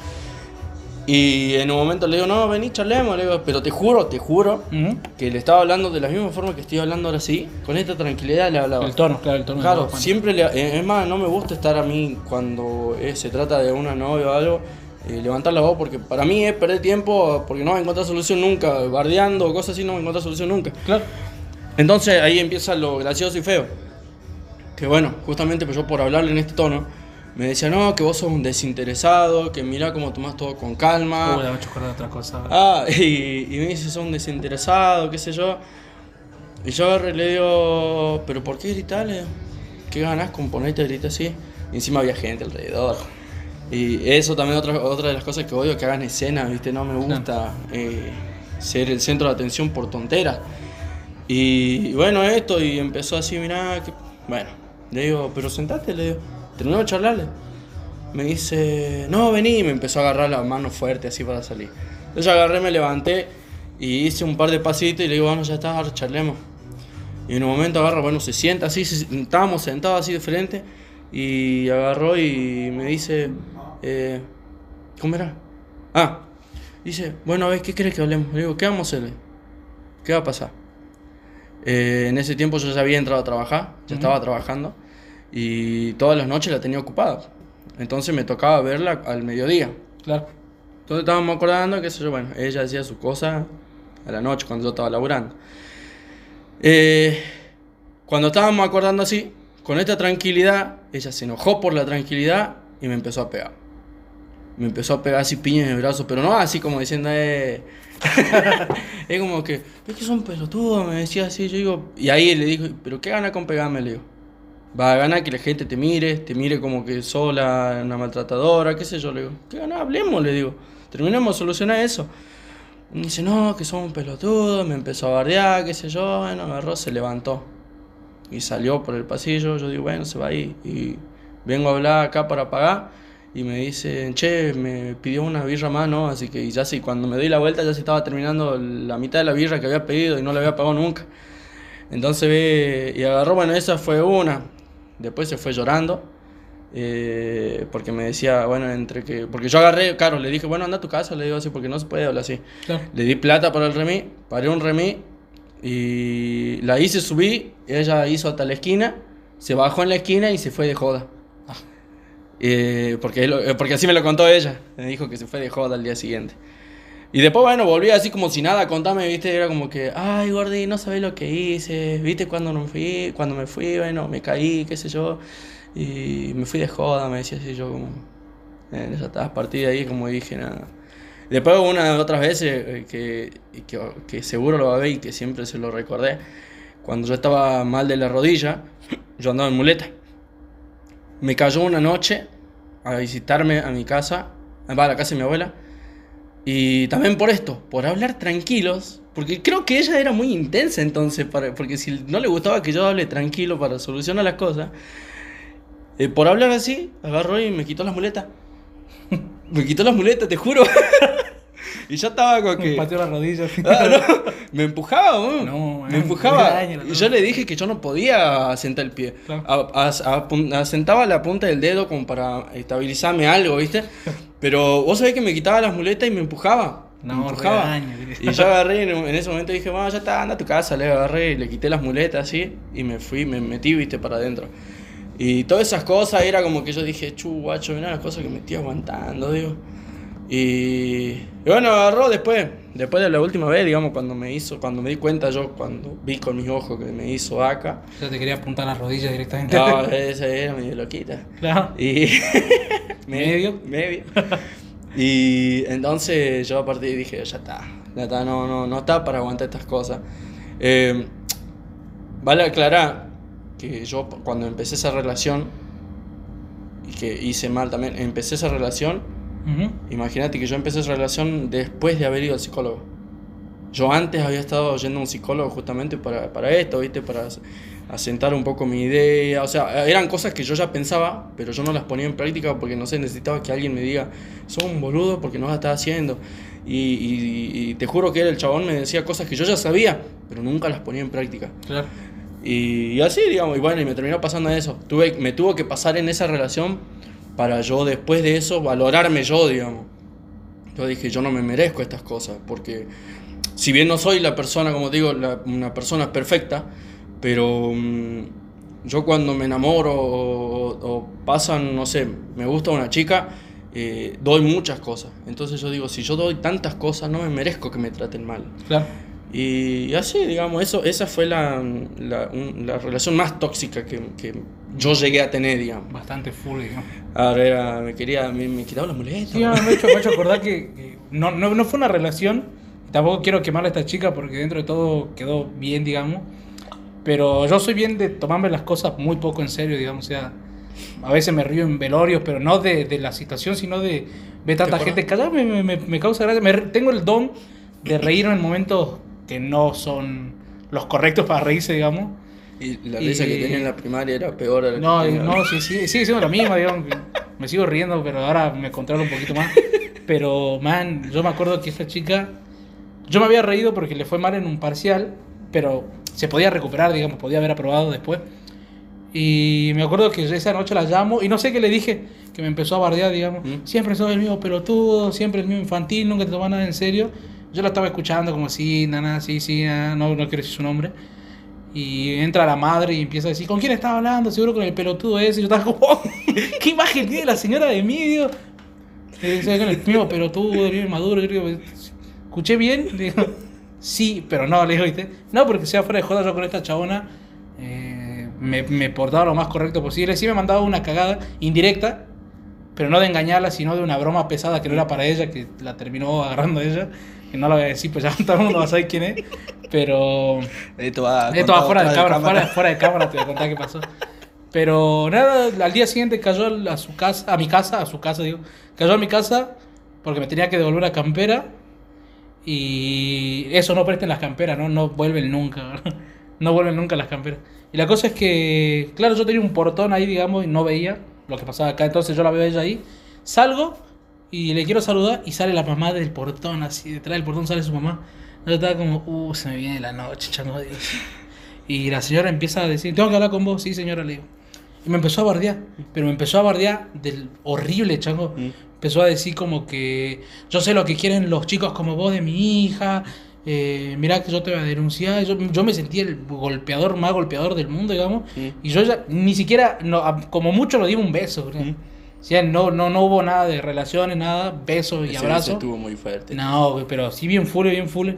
Y en un momento le digo, no, vení, charlemos, le digo, pero te juro Ujú. que le estaba hablando de la misma forma que estoy hablando ahora sí, con esta tranquilidad le hablaba. El tono, claro, el tono. Claro, de la siempre es más, no me gusta estar a mí cuando se trata de una novia o algo, levantar la voz, porque para mí es perder tiempo, porque no vas a encontrar solución nunca, bardeando o cosas así, no vas a encontrar solución nunca. Claro. Entonces ahí empieza lo gracioso y feo. Que bueno, justamente pues yo por hablarle en este tono, me decía, no, que vos sos un desinteresado, que mirá cómo tomás todo con calma. Le voy a chocar de otra cosa. Y me dice, sos un desinteresado, qué sé yo. Y yo agarré y le digo, ¿pero por qué gritarle? ¿Qué ganás con ponerte a gritar así? Y encima había gente alrededor. Y eso también otra de las cosas que odio, que hagan escenas, ¿viste? No me gusta ser el centro de atención por tonteras. Y bueno, esto, y empezó así, mirá, bueno, le digo, pero sentate, le digo, terminó de charlarle. Me dice, no, vení, y me empezó a agarrar la mano fuerte así para salir. Entonces yo agarré, me levanté Y hice un par de pasitos y le digo, bueno, ya está, ahora charlemos. Y en un momento agarra, bueno, se sienta así, estábamos sentados así de frente. Y agarró y me dice, ¿cómo era? Dice, bueno, a ver, ¿qué querés que hablemos? Le digo, ¿qué vamos a hacer? ¿Qué va a pasar? En ese tiempo yo ya había entrado a trabajar, ya estaba trabajando. Y todas las noches la tenía ocupada. Entonces me tocaba verla al mediodía. Claro. Entonces estábamos acordando, qué sé yo, bueno, ella hacía su cosa a la noche cuando yo estaba laburando. Cuando estábamos acordando así, con esta tranquilidad, ella se enojó por la tranquilidad y me empezó a pegar. Me empezó a pegar así piñas en el brazo, pero no así como diciendo, es como que, es que son pelotudos, me decía así, yo digo, y ahí le digo, pero ¿qué gana con pegarme? Le digo, va a ganar que la gente te mire como que sos una maltratadora, qué sé yo, le digo, ¿qué gana? Hablemos, le digo, terminemos de solucionar eso. Y dice, no, que son pelotudos, me empezó a bardear, qué sé yo, bueno, agarró, se levantó. Y salió por el pasillo, yo digo, bueno, se va ahí. Y vengo a hablar acá para pagar. Y me dicen, che, me pidió una birra más, ¿no? Así que y ya sí, cuando me doy la vuelta ya se estaba terminando la mitad de la birra que había pedido y no la había pagado nunca. Entonces ve, y agarró, bueno, esa fue una. Después se fue llorando. Porque me decía, bueno, porque yo agarré, claro, le dije, bueno, anda a tu casa, le digo así, porque no se puede hablar así. Claro. Le di plata para el remis, paré un remis. Y la hice subir, ella hizo hasta la esquina, se bajó en la esquina y se fue de joda. Porque así me lo contó ella, me dijo que se fue de joda al día siguiente. Y después, bueno, volví así como si nada a contarme, viste, era como que, ay, Gordi, no sabés lo que hice, viste, cuando me fui, bueno, me caí, qué sé yo, y me fui de joda, me decía así, yo como, ya estabas partida ahí, como dije, nada. Después una de otras veces que seguro lo va a ver y que siempre se lo recordé, cuando yo estaba mal de la rodilla, yo andaba en muleta. Me cayó una noche a visitarme a mi casa, a la casa de mi abuela, y también por esto, por hablar tranquilos, porque creo que ella era muy intensa entonces, porque si no le gustaba que yo hable tranquilo para solucionar las cosas, por hablar así, agarró y me quitó las muletas. Me quitó las muletas, te juro. Y yo estaba con que... Me pateó las rodillas. No, me empujaba, me empujaba. Y yo le dije que yo no podía sentar el pie. Claro. Asentaba la punta del dedo como para estabilizarme algo, ¿viste? Pero vos sabés que me quitaba las muletas y me empujaba. No, me empujaba. Regaño. Y yo agarré, en ese momento dije, bueno, ya está, anda a tu casa. Le agarré y le quité las muletas así y me fui, me metí, ¿viste? Para adentro. Y todas esas cosas era como que yo dije, guacho, mirá las cosas que me estoy aguantando, digo. Y bueno, agarró después de la última vez, digamos, cuando me di cuenta yo, cuando vi con mis ojos que me hizo acá. Yo te quería apuntar las rodillas directamente. No, esa era medio loquita. Claro. Y medio. Y entonces yo a partir dije, ya está, no está para aguantar estas cosas. Vale aclarar que yo cuando empecé esa relación, y que hice mal también, empecé esa relación. Imagínate que yo empecé esa relación después de haber ido al psicólogo. Yo antes había estado yendo a un psicólogo justamente para esto, ¿viste? Para asentar un poco mi idea. O sea, eran cosas que yo ya pensaba, pero yo no las ponía en práctica porque, no sé, necesitaba que alguien me diga, sos un boludo porque no las estás haciendo. Y te juro que el chabón me decía cosas que yo ya sabía, pero nunca las ponía en práctica. Claro. Y así, digamos, y bueno, y me terminó pasando eso. Me tuvo que pasar en esa relación para yo después de eso valorarme yo, digamos. Yo dije, yo no me merezco estas cosas, porque si bien no soy la persona, como digo, una persona perfecta, pero yo cuando me enamoro o pasan, no sé, me gusta una chica, doy muchas cosas. Entonces yo digo, si yo doy tantas cosas, no me merezco que me traten mal. Claro. Y así, digamos, esa fue la relación más tóxica que yo llegué a tener, digamos. Bastante full, digamos. Ahora me quitaba las muletas. Sí, me ha hecho acordar que no fue una relación. Tampoco quiero quemar a esta chica porque dentro de todo quedó bien, digamos. Pero yo soy bien de tomarme las cosas muy poco en serio, digamos. O sea, a veces me río en velorios, pero no de la situación, sino de ver tanta gente callada. Me causa gracia. Tengo el don de reírme en momentos que no son los correctos para reírse, digamos. Y la risa que tenía en la primaria era peor a la No, sí, sigue siendo la misma, digamos. Me sigo riendo, pero ahora me controlo un poquito más. Pero, man, yo me acuerdo que esta chica, Yo me había reído porque le fue mal en un parcial, pero se podía recuperar, digamos, podía haber aprobado después. Y me acuerdo que esa noche la llamo y no sé qué le dije, que me empezó a bardear, digamos. Siempre sos el mismo pelotudo, siempre el mismo infantil, nunca te tomas nada en serio. Yo la estaba escuchando como sí, nana, sí, nana, no quiero decir su nombre. Y entra la madre y empieza a decir, ¿con quién estaba hablando? Seguro con el pelotudo ese. Y yo estaba como, ¿qué imagen tiene la señora de mí? Digo, con el mismo pelotudo, el mismo maduro. Yo digo, ¿escuché bien? Digo, sí, pero no, le digo, ¿viste? No, porque sea fuera de joda, yo con esta chabona me portaba lo más correcto posible. Sí me mandaba una cagada indirecta, pero no de engañarla, sino de una broma pesada que no era para ella, que la terminó agarrando ella. Que no la voy a decir, pues ya todo el mundo va a saber quién es. Pero esto va fuera de cámara, fuera de cámara te voy a contar qué pasó. Pero nada, al día siguiente cayó a su casa, cayó a mi casa porque me tenía que devolver la campera. Y eso, no presten las camperas, no vuelven nunca. No vuelven nunca las camperas. Y la cosa es que, claro, yo tenía un portón ahí, digamos, y no veía lo que pasaba acá. Entonces yo la veo a ella ahí, salgo y le quiero saludar y sale la mamá del portón, así detrás del portón sale su mamá. Yo estaba como, se me viene la noche, chango Dios. Y la señora empieza a decir, tengo que hablar con vos. Sí, señora, le digo. Y me empezó a bardear, pero me empezó a bardear del horrible, chango. Empezó a decir como que yo sé lo que quieren los chicos como vos de mi hija. Mirá que yo te voy a denunciar. Yo me sentí el golpeador más golpeador del mundo, digamos. Y yo ya ni siquiera, como mucho lo di un beso. O sea, no hubo nada de relaciones, nada, besos y abrazos. Estuvo muy fuerte. No, pero sí bien full.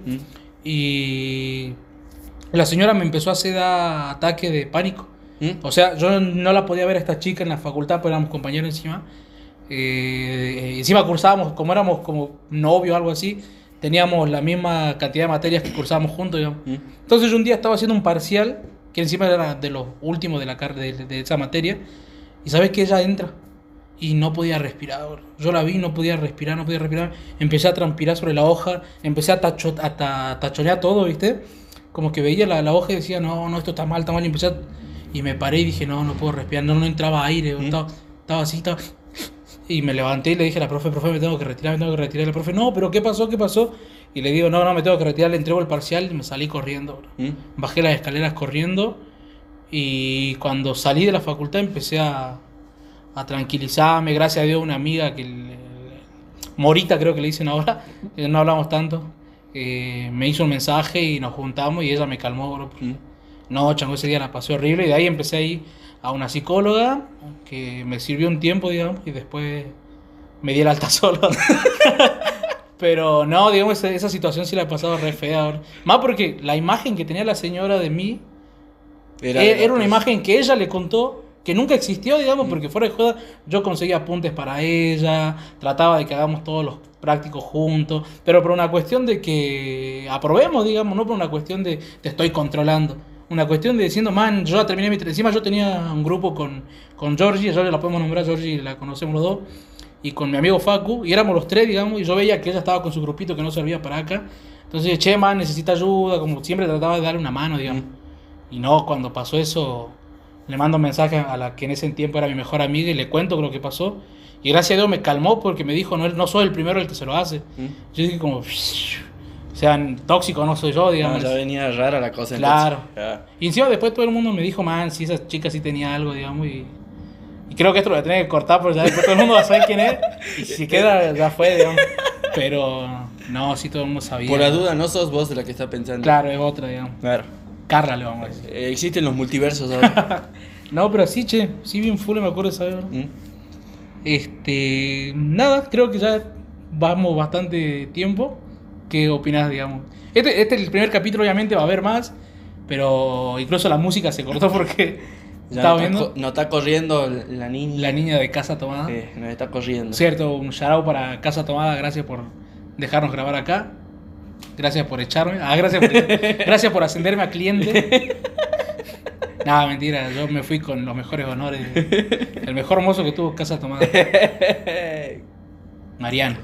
Y la señora me empezó a hacer ataque de pánico. O sea, yo no la podía ver a esta chica en la facultad, porque éramos compañeros encima. Encima cursábamos, como éramos como novios o algo así, teníamos la misma cantidad de materias que cursábamos juntos, digamos. Entonces yo un día estaba haciendo un parcial, que encima era de los últimos de esa materia, y sabes que ella entra y no podía respirar. Yo la vi, no podía respirar. Empecé a transpirar sobre la hoja, empecé a tachonear todo, ¿viste? Como que veía la hoja y decía, no, esto está mal, y me paré y dije, no puedo respirar, no entraba aire, estaba así, y me levanté y le dije a la profe, me tengo que retirar. La profe, no, pero ¿qué pasó? Y le digo, no, me tengo que retirar, le entrego el parcial y me salí corriendo. Bajé las escaleras corriendo y cuando salí de la facultad empecé a tranquilizarme. Gracias a Dios, una amiga Morita creo que le dicen ahora, no hablamos tanto, me hizo un mensaje y nos juntamos y ella me calmó, bro. No, chango, ese día la pasé horrible y de ahí empecé a ir a una psicóloga que me sirvió un tiempo, digamos, y después me di el alta solo. Pero no, digamos, esa situación sí la he pasado re fea, bro. Más porque la imagen que tenía la señora de mí era una imagen que ella le contó, que nunca existió, digamos, porque fuera de joda yo conseguía apuntes para ella, trataba de que hagamos todos los prácticos juntos, pero por una cuestión de que aprobemos, digamos, no por una cuestión de te estoy controlando, una cuestión de diciendo, man, yo ya terminé encima yo tenía un grupo con Georgie, ya la podemos nombrar, Georgie la conocemos los dos, y con mi amigo Facu, y éramos los tres, digamos, y yo veía que ella estaba con su grupito que no servía para acá, entonces, che, man, necesita ayuda, como siempre trataba de darle una mano, digamos, y no, cuando pasó eso, le mando un mensaje a la que en ese tiempo era mi mejor amiga y le cuento lo que pasó. Y gracias a Dios me calmó porque me dijo, no soy el primero el que se lo hace. Yo dije como, o sea, tóxico no soy yo, digamos. No, ya venía rara la cosa. Claro. Y encima después todo el mundo me dijo, man, si esa chica sí tenía algo, digamos. Y creo que esto lo voy a tener que cortar porque ya después todo el mundo va a saber quién es. Y si queda, ya fue, digamos. Pero no, sí todo el mundo sabía. Por la duda, no sos vos de la que está pensando. Claro, es otra, digamos. Claro. Carla le vamos a decir. Existen los multiversos ahora. No, pero sí, sí bien full, me acuerdo de saber. Nada, creo que ya vamos bastante tiempo. ¿Qué opinás, digamos? Este es el primer capítulo, obviamente va a haber más, pero incluso la música se cortó porque estaba viendo. Nos está corriendo la niña. La niña de Casa Tomada. Nos está corriendo. Cierto, un shout para Casa Tomada, gracias por dejarnos grabar acá. Gracias por echarme. Gracias por ascenderme a cliente. Nada, mentira. Yo me fui con los mejores honores. El mejor mozo que tuvo Casa Tomada. Mariano.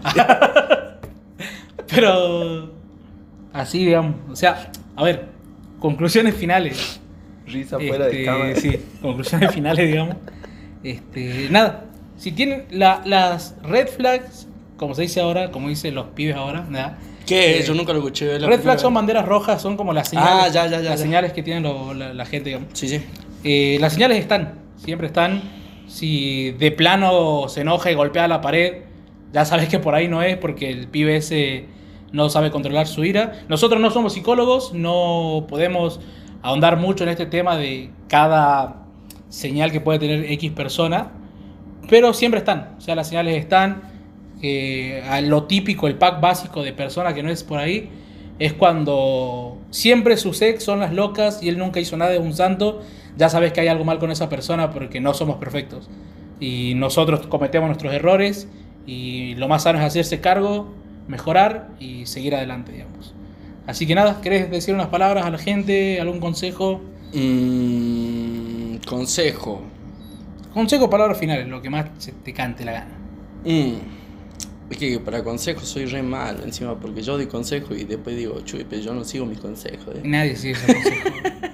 Pero así, digamos. O sea, a ver, conclusiones finales. Risa fuera de cámara. Sí, conclusiones finales, digamos. Nada. Si tienen las red flags como se dice ahora, como dicen los pibes ahora, ¿verdad? ¿Qué? Yo nunca lo escuché. es la Red primera flags son vez. banderas rojas, son como las señales, Ya. las señales que tienen la gente, digamos. Sí, sí. Las señales están, siempre están. Si de plano se enoja y golpea la pared, ya sabes que por ahí no es, porque el pibe ese no sabe controlar su ira. Nosotros no somos psicólogos, no podemos ahondar mucho en este tema de cada señal que puede tener X persona, pero siempre están, o sea, las señales están. A lo típico, el pack básico de persona que no es por ahí, es cuando siempre sus ex son las locas y él nunca hizo nada, de un santo. Ya sabes que hay algo mal con esa persona porque no somos perfectos y nosotros cometemos nuestros errores, y lo más sano es hacerse cargo, mejorar y seguir adelante, digamos. Así que nada, ¿querés decir unas palabras a la gente? ¿Algún consejo? Consejo. Consejo, palabras finales, lo que más se te cante la gana. Es que para consejos soy re malo encima, porque yo doy consejo y después digo, chuy, pero yo no sigo mis consejos. Nadie sigue ese consejo.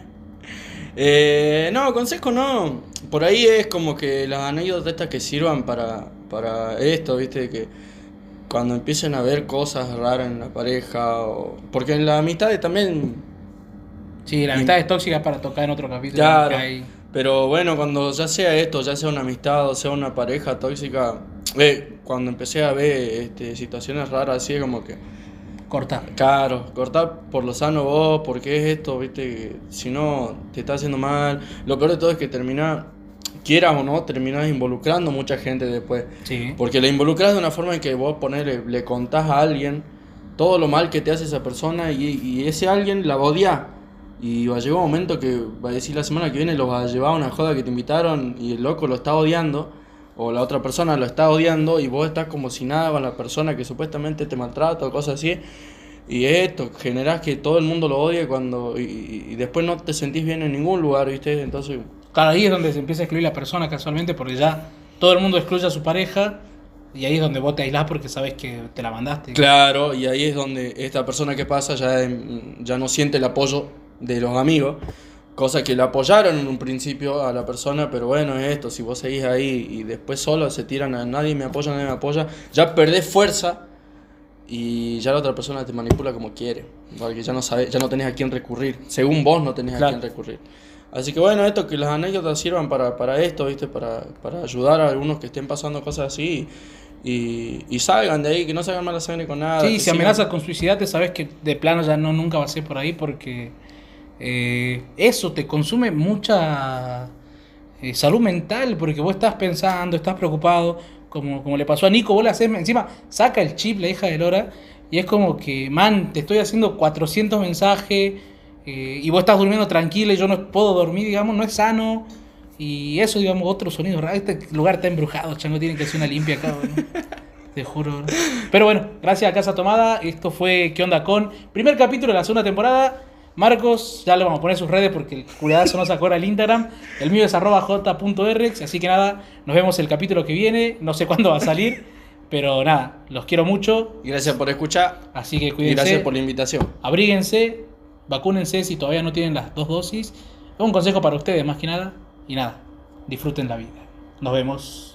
No, consejo no. Por ahí es como que las anécdotas estas que sirvan para esto, viste, que cuando empiecen a ver cosas raras en la pareja, porque en las amistades también. Sí, la amistad es tóxica para tocar en otro capítulo. Claro, Hay... pero bueno, cuando ya sea esto, ya sea una amistad o sea una pareja tóxica, cuando empecé a ver situaciones raras así, es como que, Corta. claro, cortar por lo sano vos, porque es esto, viste, que si no te está haciendo mal. Lo peor de todo es que terminás, quieras o no, terminás involucrando mucha gente después. Sí. Porque le involucras de una forma en que vos le contás a alguien todo lo mal que te hace esa persona, y ese alguien la va a odiar. Y va a llegar un momento que va a decir, la semana que viene los va a llevar a una joda que te invitaron y el loco lo está odiando, o la otra persona lo está odiando, y vos estás como si nada con la persona que supuestamente te maltrata o cosas así. Y esto, generás que todo el mundo lo odie y después no te sentís bien en ningún lugar, ¿viste? Entonces, Claro, ahí es donde se empieza a excluir la persona casualmente, porque ya todo el mundo excluye a su pareja, y ahí es donde vos te aislás porque sabes que te la mandaste. claro, y ahí es donde esta persona que pasa ya no siente el apoyo de los amigos, cosa que le apoyaron en un principio a la persona, pero bueno, es esto, si vos seguís ahí y después solo se tiran a nadie me apoya, ya perdés fuerza y ya la otra persona te manipula como quiere, porque ya no sabes, ya no tenés a quién recurrir, según vos no tenés Claro. a quién recurrir. Así que bueno, esto, que las anécdotas sirvan para esto, ¿viste? Para ayudar a algunos que estén pasando cosas así y salgan de ahí, que no se hagan mala sangre con nada. Sí, que si sigan. amenazas con suicidarte, sabes que de plano ya nunca va a ser por ahí, porque eso te consume mucha salud mental, porque vos estás pensando, estás preocupado, como le pasó a Nico. Vos le haces, encima saca el chip, la hija de Lora, y es como que, man, te estoy haciendo 400 mensajes, y vos estás durmiendo tranquila y yo no puedo dormir, digamos, no es sano. Y eso, digamos, otro sonido raro. Este lugar está embrujado, chango, tienen que hacer una limpia acá, bro. Te juro, bro. Pero bueno, gracias a Casa Tomada. Esto fue ¿Qué onda con? Primer capítulo de la segunda temporada. Marcos, ya le vamos a poner sus redes porque el culiadazo no se acuerda el Instagram. El mío es @j.rx. Así que nada, nos vemos el capítulo que viene. No sé cuándo va a salir, pero nada, los quiero mucho. Gracias por escuchar Así que y cuídense. gracias por la invitación. Abríguense, vacúnense si todavía no tienen las 2 dosis. Es un consejo para ustedes más que nada. Y nada, disfruten la vida. Nos vemos.